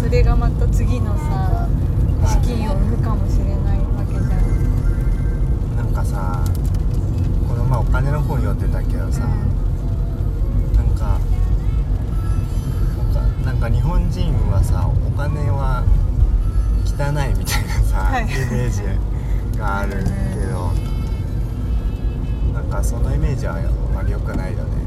それがまた次のさ資金を生むかもしれないわけじゃん。 なんかさ、この前お金の本読んでたけどさ、なんか日本人はさ、お金は汚いみたいなさ、 はい、 イメージがあるけど、なんかそのイメージはあまり良くないよね。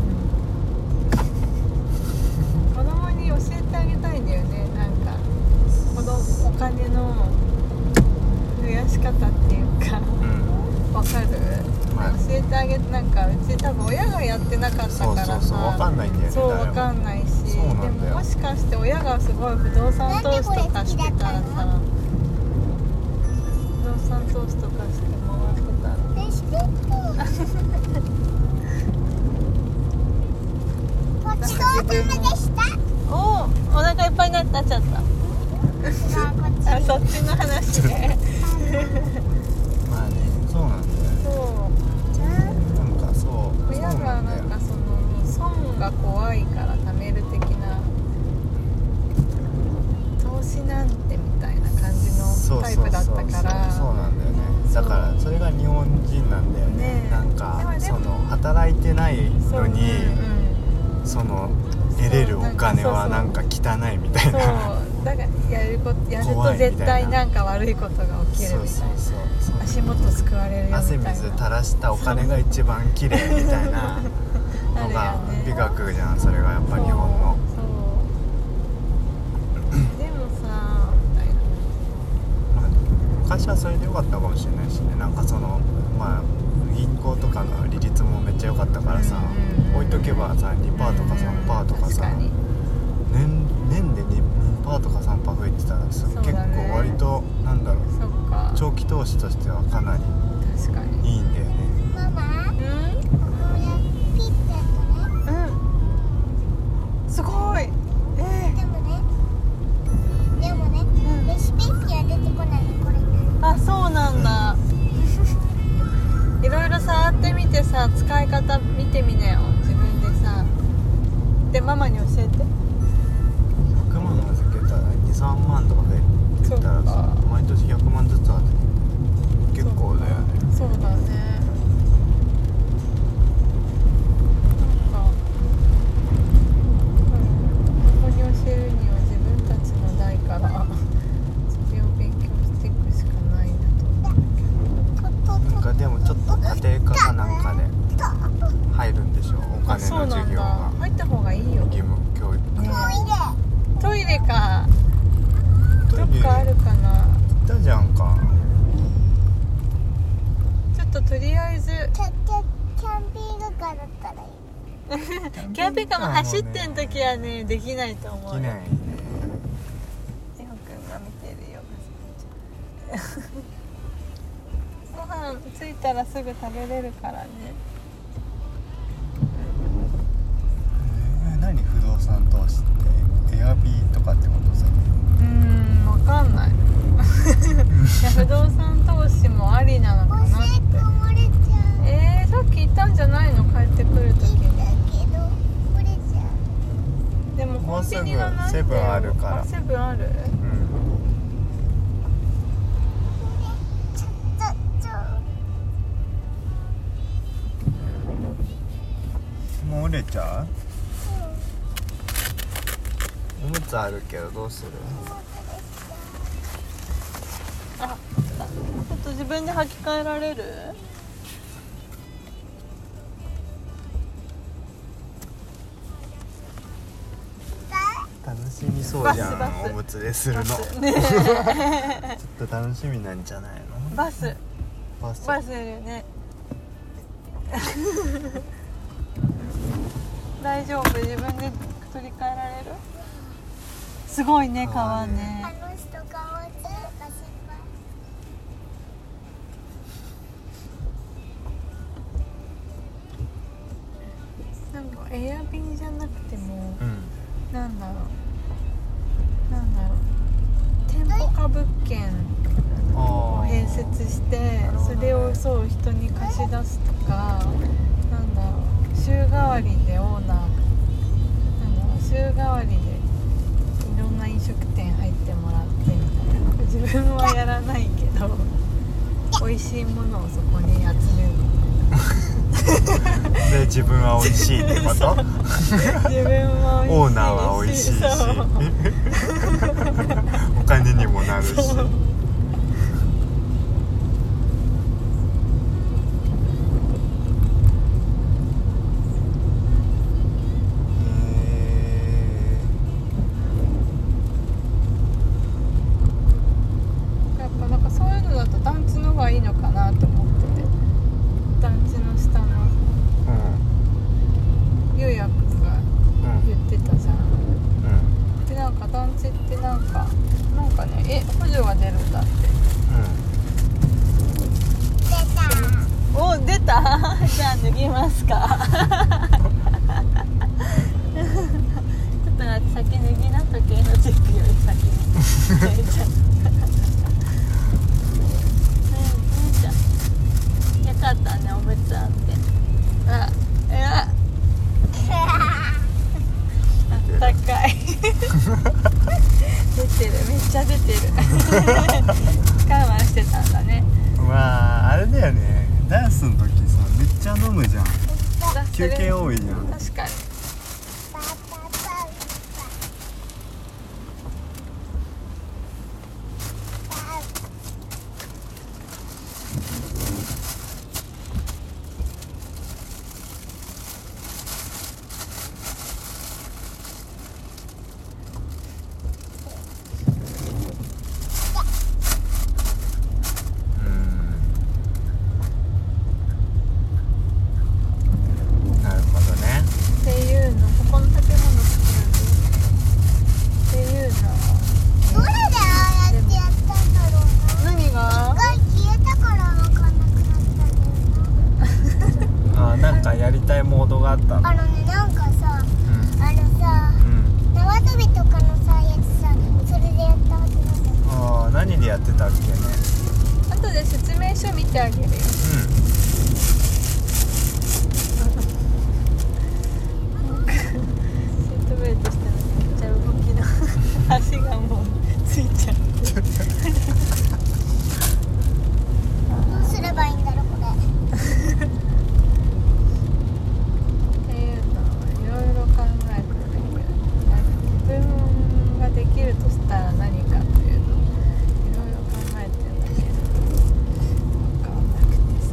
子供に教えてあげたいんだよね。なんかお金の増やし方っていうか、わかる？教えてあげて、なんかうち多分親がやってなかったからさ、 そう分かんないんだよね。 そう分かんないし、でももしかして親がすごい不動産投資とかしてたらさ、不動産投資とかして回ってたらお腹いっぱいになっちゃった。あ、そっちの話ね。 まあね、そうなんだよ。なんかそう親がなんかその損が怖いから貯める的な、投資なんてみたいな感じのタイプだったから。 そうなんだよね。だからそれが日本人なんだよね。なんかその働いてないのに、その得れるお金はなんか汚いみたいな。 そうだからやると絶対なんか悪いことが起きるみたいな。足元すくわれるよみたいな。 汗水垂らしたお金が一番綺麗みたいなのが美学じゃん。それがやっぱ日本の。 でもさ、みたいな。 昔はそれでよかったかもしれないしね。なんかそのまあ銀行とかの利率もめっちゃ良かったからさ、置いとけばさ 2% とか 3% とかさ、年で 2% とか 3% 増えてたら結構割となんだろう、長期投資としてはかなりいいんだよね。 ママ、ここピッてやったね。 すごい。 でもね、レシピッピは出てこないのこれ。 あ、そうなんだ。いろいろ触ってみてさ、使い方見てみなよ、自分でさ。で、ママに教えて。 100万預けたら 2,3 万とか増えたらさ、毎年100万ずつは結構だよね。 そうだね。なんかここに教えるには自分たちの代からそれを勉強していくしかないなと思うけど。 なんかでもちょっと家庭科かなんかで入るんでしょ、お金の授業が。 入った方がいいよ。 義務教育。 トイレか。どっかあるかな。 行ったじゃんか。 ちょっととりあえずキャンピングカーだったらいい。 キャンピングカーも走ってん時はね、できないと思うよ。 できないね。 エホくんが見てるよ。ご飯着いたらすぐ食べれるからね。 何不動産投資ってエアビーとかってことさ。 わかんない。いや、不動産投資もありなのかなって。さっき言ったんじゃないの、帰ってくる時に。でもコンビニがないんだよ。 セブンあるから。 セブンある？ もう折れちゃう？おむつあるけどどうする？ あ、ちょっと自分で履き替えられる？ 楽しみそうじゃん、おむつでするの。ね、ちょっと楽しみなんじゃないの？ バスいるよね。大丈夫？自分で取り替えられる？すごいね、川ね。なんかエアビーじゃなくても、なんだろう、店舗化物件を併設して、それをそう人に貸し出すとか、なんだろう、週替わりでオーナー、週替わりでいろんな飲食店美味しいものをそこに集めるで自分は美味しいってこと自分も美味しいし、 オーナーは美味しいしお金にもなるし。 やっぱなんかそういうのだと団地の方がいいのかなと思ってて、団地の下のゆうやくんが言ってたじゃん、でなんか団地ってなんかね補助が出るんだって。お、出たじゃあ脱ぎますかちょっと待って、先脱ぎな、時計のチェックより先に脱いじゃったよかったね、おむつあって。あったかい出てる、めっちゃ出てる我慢してたんだね。 まああれだよね、ダンスの時さめっちゃ飲むじゃん。休憩多いじゃん。 確かに。 やりたいモードがあったの。 なんかさ、縄跳びとかのさやつさ、それでやったはずなんだよ。 ああ、何でやってたっけね。 後で説明書見てあげるよ。シートベルトしてるのめっちゃ動きの足がもうついちゃってどうすればいいんだろうこれ。 できるとしたら何かっていうのをいろいろ考えてんだけど分かんなくてさ。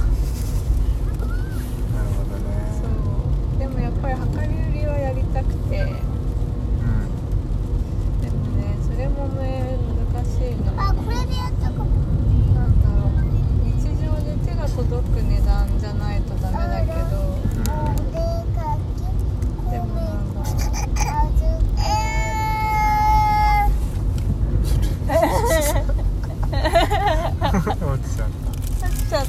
なるほどね。 そうでもやっぱり量り売りはやりたくて、でもねそれもね難しいの。 あ、これでやったかも。 なんだろう、日常で手が届く値段じゃないとダメだけど、でもなんだろう落ちちゃった。 落ちちゃった。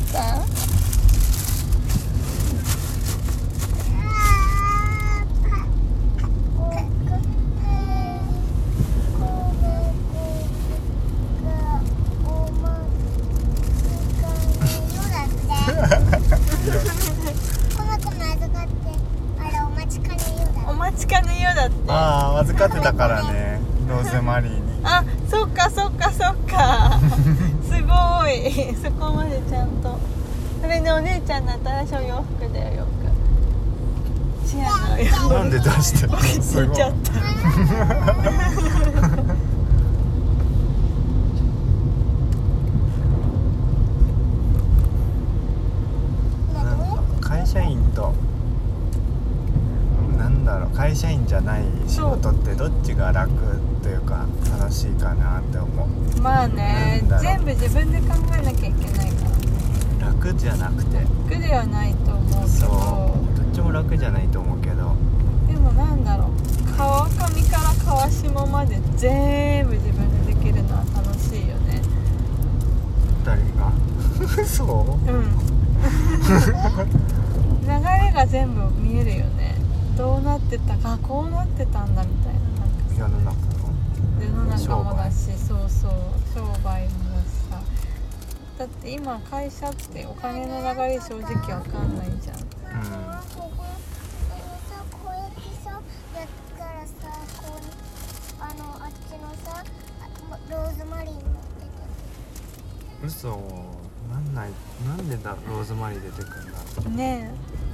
お待ちかねよだって。 ああ、預かってたからね、ローズマリーに。 あ、そっかそっかそっかすごいそこまでちゃんと。それね、お姉ちゃんの新しいお洋服だよ、よくチアの洋服。 なんで出してるの。 ついちゃった会社員と会社員じゃない仕事ってどっちが楽というか楽しいかなって思う。 まあね、全部自分で考えなきゃいけないからね。 楽じゃなくて、 楽ではないと思うけど、 そうどっちも楽じゃないと思うけど、 でもなんだろう、川上から川下まで全部自分でできるのは楽しいよね。 誰がそう、 流れが全部見えるよね。どうなってたか、こうなってたんだみたいな。なんか世の中もだし、そうそう商売もだしさ。だって今会社ってお金の流れ正直わかんないじゃん。 こうやってさやったらさ、こうあっちのさローズマリーに乗って嘘、 なんでローズマリー出てくるんだろうね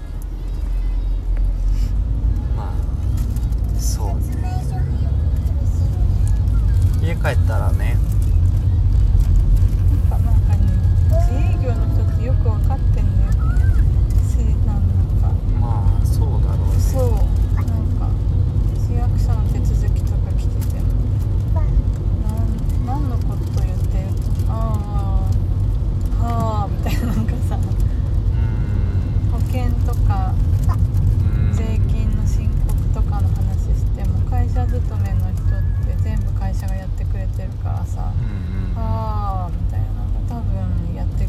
まあそう家帰ったらねなんかね自営業の人ってよく分かってんだよねなんかまあそうだろうねそうなんか市役所の手続きとか来てても何のこと言ってるとああはあみたいななんかさ保険とか税金の申告とかの話しても会社勤めの人って全部会社がやってくれてるからさはあみたいな多分やって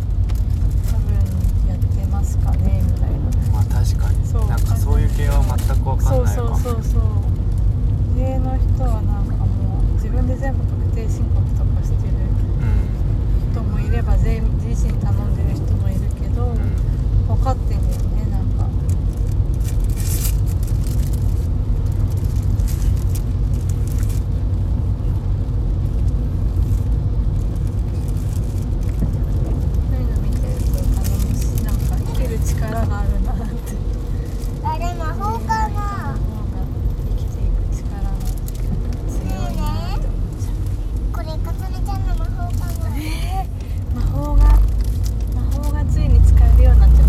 ますかねみたいなまあ確かになんかそういう系は全く分かんないわそう家の人はなんかもう自分で全部確定申告とかしてる人もいれば税理士に頼んでる人もいるけど、分かってんだよねなんかそういうの見てると頼むしなんか生きる力があるなってあれ魔法かな生きていく力が強いなって思っちゃうこれかすみちゃんの魔法かな魔法がついに使えるようになっちゃ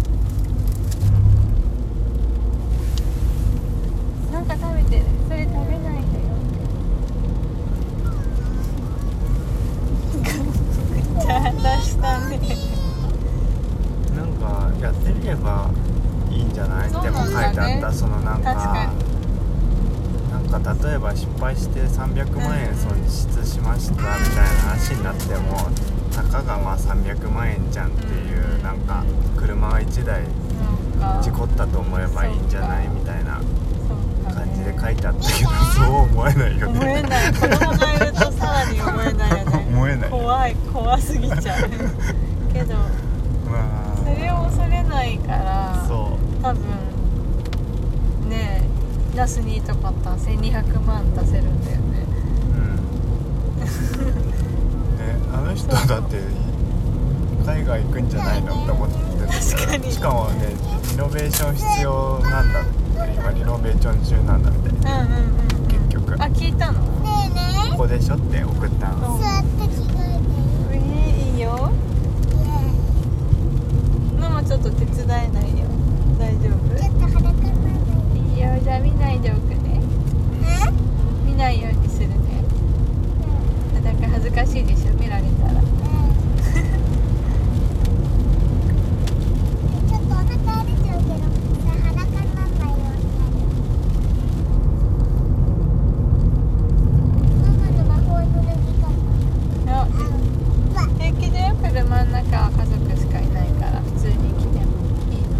ったなんか食べてるそれ食べないでよちゃんとしたねなんかやってみればいいんじゃない、 そうでも書いてあったそのなん確かか例えば失敗して300万円損失しましたみたいな話になってもたかがまあ300万円じゃんっていうなんか車が1台なんか事故ったと思えばいいんじゃないみたいなそうかね感じで書いてあったけどそう思えないよね思えない子供がいるとさらに思えないよね思えない怖すぎちゃうけどまあそれを恐れないからそう多分ねえナスにとかあったら1200万出せるんだよねねあの人だって海外行くんじゃないのって思ってるんです確かにしかもねリノベーション必要なんだって今リノベーション中なんだって結局あ聞いたのねえねここでしょって送ったの座って着替えていいよママちょっと手伝えないよ大丈夫ちょっと裸にならないいいよじゃあ見ないでおくね見ないようにするねだから恥ずかしいでしょ見られたらちょっとお腹荒れちゃうけど裸にならないようになるママの魔法の脱ぎ方平気で車の中は家族しかいないから普通に来てもいいの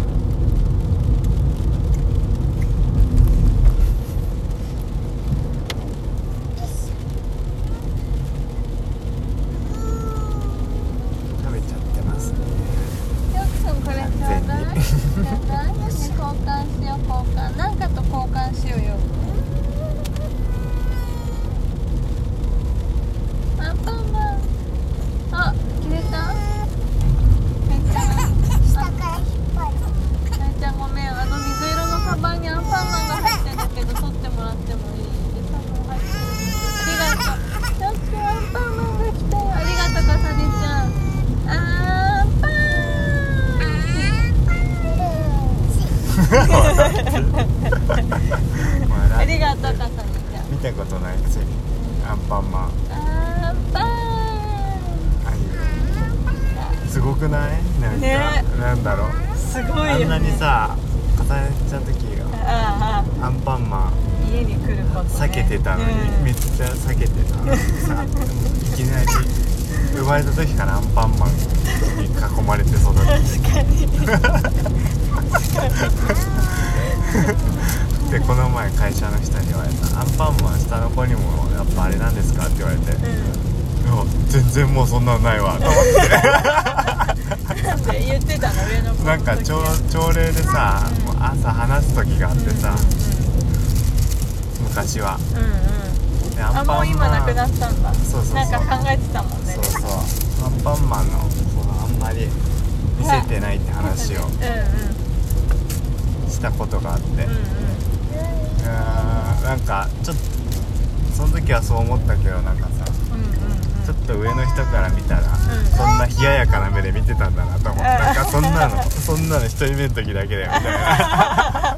食べちゃってますねよくさんこれちょうだい交換しよう交換なんかと交換しようよアンパンマンあ切れた下から引っ張るなえちゃんごめん水色のカバンにアンパンマンが入ってるけど取ってもらってもいい多分入ってるありがとうよっしゃアンパンマンが来たよありがとうかさりちゃんアンパンありがとうかさりちゃん見たことないくせにアンパンマンアンパンすごくないなんか、 ねなんだろうすごいよねあんなにさかさねちゃん時がアンパンマン家に来ること、ね、 避けてたのに、めっちゃ避けてたのにさいきなり生まれた時からアンパンマンに囲まれて育って確かにでこの前会社の人に言われたアンパンマン下の子にもやっぱあれなんですかって言われて、全然もうそんなのないわと思ってなんで言ってたの上の子なんか朝礼でさ、もう朝話す時があってさ、昔は、でアンパンマンもう今なくなったんだそうなんか考えてたもんねそうアンパンマンのあんまり見せてないって話をしたことがあって、なんかちょっとその時はそう思ったけど、なんかさ、ちょっと上の人から見たら、そんな冷ややかな目で見てたんだなと思って、なんかそんなの一人目の時だけだよみたいな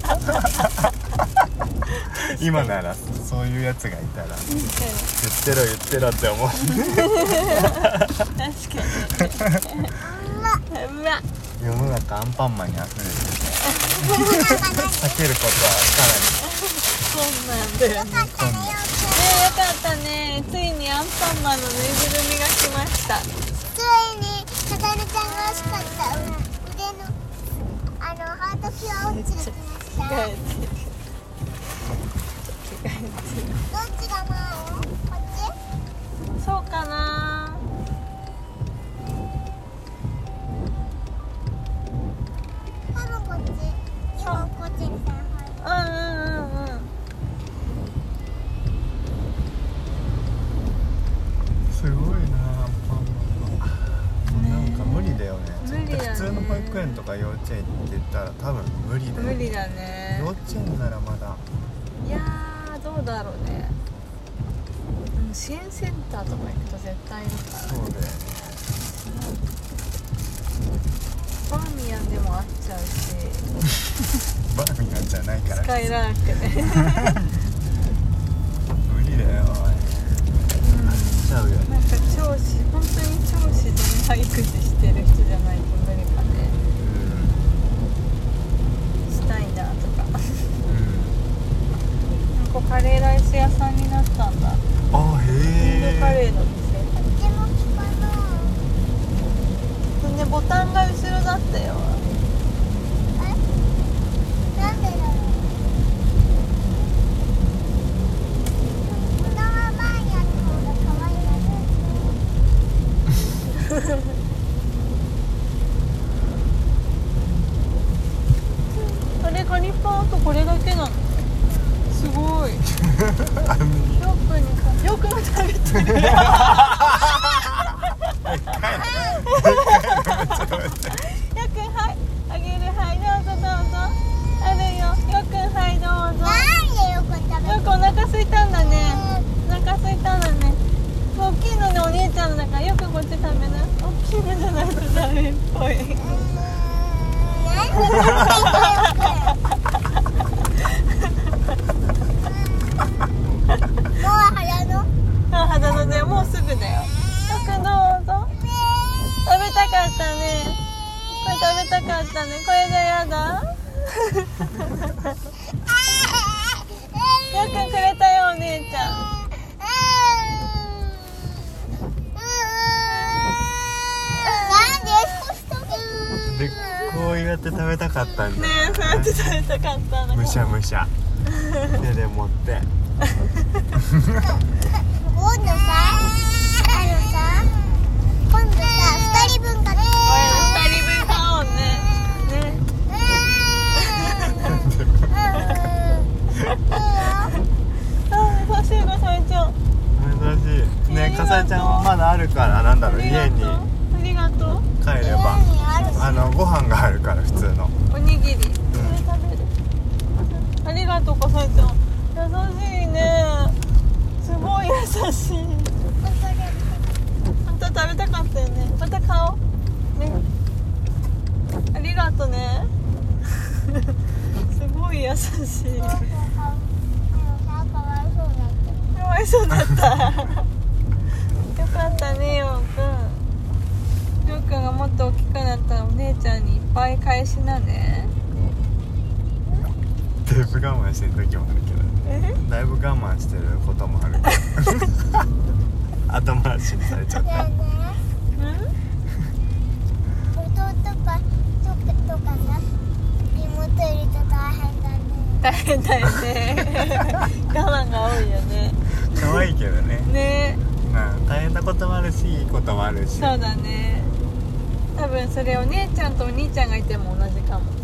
今ならそういうやつがいたら言ってろって思う確かに世の中アンパンマンに溢れてて避けることはそうなんだよね。よかったね。ついにアンパンマンのぬいぐるみが来ました。 ついにかかるちゃんが欲しかった腕のハートキュアウォッチが来ました。どっちが前？こっち？ そうかな。 多分こっち。今こっちにさ。 すごいな、アンパンマン。なんか無理だよね。普通の保育園とか幼稚園って言ったら多分無理だよね。 無理だね。 幼稚園ならまだ。 いやー、どうだろうね。支援センターとか行くと絶対いるから。 そうだよね。 バーミヤンでも会っちゃうしバーミヤンじゃないからスカイラークで無理だよ、ちゃうよね。 なんか本当に超自然な育児してる人じゃないと無理かね。したいなとかなんかカレーライス屋さんになったんだ。 あ、へえ。 インドカレーの店。 でも聞かない。 でボタンが後ろだったよ。 なんでだろう。このままやった方が可愛いな。 あれカニパンとこれだけなの。すごい。よくも食べてる。よくんはいあげる、はいどうぞあるよ。よくんはいどうぞ。 なんでよく食べる？ よくお腹空いたんだね。お腹空いたんだね。大きいのね、お姉ちゃんのだからよくこっち食べな。大きいのじゃないとダメっぽい。肌のね、もうすぐだよ。よくどうぞ。食べたかったね。これ食べたかったね。これがやだ。よくくれたよ、お姉ちゃん。 で、こうやって食べたかったんだねえ、そうやって食べたかったの。 むしゃむしゃ手で持って今度さ、今度さ、2人分買って。 2人分買おうね。優しいかさえちゃん。 珍しいね。かさえちゃんはまだあるから、なんだろう、家にありがとう。 帰ればご飯があるから、普通のおにぎり。これ食べる。ありがとうかさえちゃん。優しいね。すごい優しい。本当は食べたかったよね。また買おうね。ありがとね。すごい優しい。かわいそうだった。よかったね、ようくん。ようくんがもっと大きくなったらお姉ちゃんにいっぱい返しなね。 だいぶ我慢してる時もあるけど、だいぶ我慢してることもある後回しにされちゃった。 弟とかさ、妹いると大変だね。 大変だよね。我慢が多いよね。 可愛いけどね。 ね。 まあ大変なこともあるし、いいこともあるし。 そうだね。多分それお姉ちゃんとお兄ちゃんがいても同じかも。